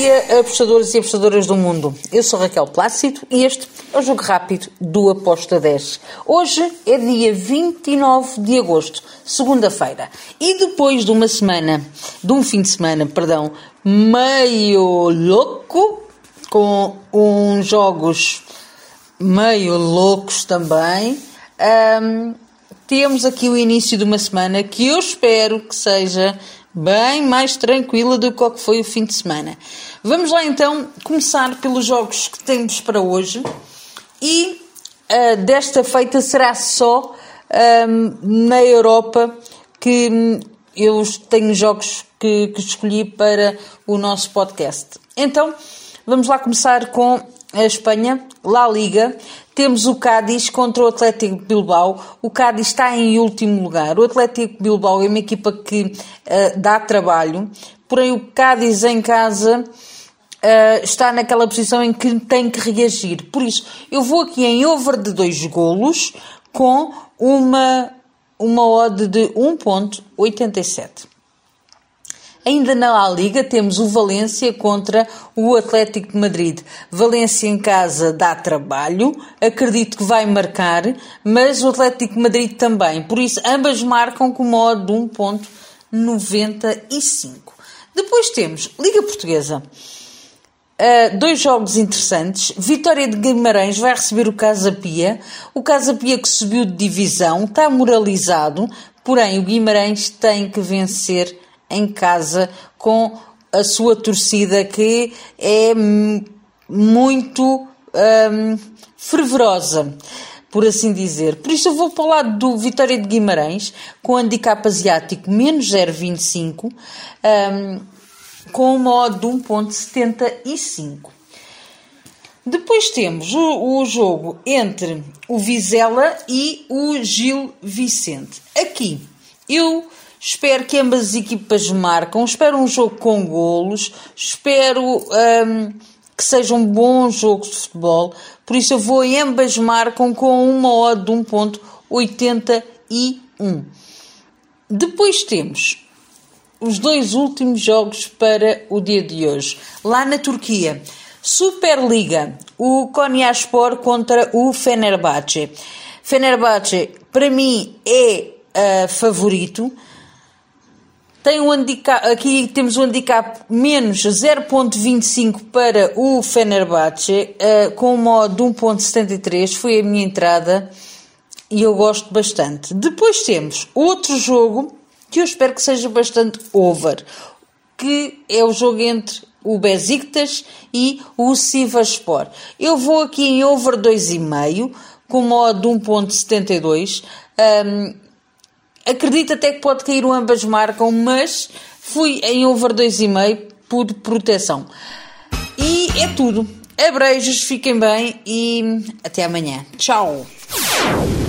dia, apostadores e apostadoras do mundo. Eu sou Raquel Plácido e este é o Jogo Rápido do Aposta 10. Hoje é dia 29 de agosto, segunda-feira. E depois de um fim de semana, meio louco, com uns jogos meio loucos também, temos aqui o início de uma semana que eu espero que seja bem mais tranquila do que o que foi o fim de semana. Vamos lá então começar pelos jogos que temos para hoje e desta feita será só na Europa que eu tenho jogos que escolhi para o nosso podcast. Então vamos lá começar com a Espanha, La Liga. Temos o Cádiz contra o Atlético Bilbao. O Cádiz está em último lugar. O Atlético Bilbao é uma equipa que dá trabalho, porém o Cádiz em casa está naquela posição em que tem que reagir. Por isso, eu vou aqui em over de 2 golos com uma odd de 1.87. Ainda na La Liga temos o Valência contra o Atlético de Madrid. Valência em casa dá trabalho, acredito que vai marcar, mas o Atlético de Madrid também. Por isso, ambas marcam com uma odd de 1.95. Depois temos Liga Portuguesa. 2 jogos interessantes. Vitória de Guimarães vai receber o Casa Pia. O Casa Pia que subiu de divisão, está moralizado, porém o Guimarães tem que vencer em casa com a sua torcida que é muito fervorosa, por assim dizer. Por isso eu vou para o lado do Vitória de Guimarães com o handicap asiático menos 0.25 com uma odd de 1.75. Depois temos o jogo entre o Vizela e o Gil Vicente. Aqui eu espero que ambas as equipas marcam, espero um jogo com golos, espero que seja um bom jogo de futebol, por isso eu vou em ambas marcam com uma odd de 1.81. Depois temos os 2 últimos jogos para o dia de hoje. Lá na Turquia, Superliga, o Konyaspor contra o Fenerbahçe. Fenerbahçe, para mim, é favorito. Tem aqui temos um handicap menos 0.25 para o Fenerbahçe, com uma odd de 1.73, foi a minha entrada e eu gosto bastante. Depois temos outro jogo que eu espero que seja bastante over, que é o jogo entre o Besiktas e o Sivasspor. Eu vou aqui em over 2,5, com uma odd de 1.72, acredito até que pode cair ambas marcam, mas fui em over 2,5 por proteção. E é tudo. Abreijos, fiquem bem e até amanhã. Tchau!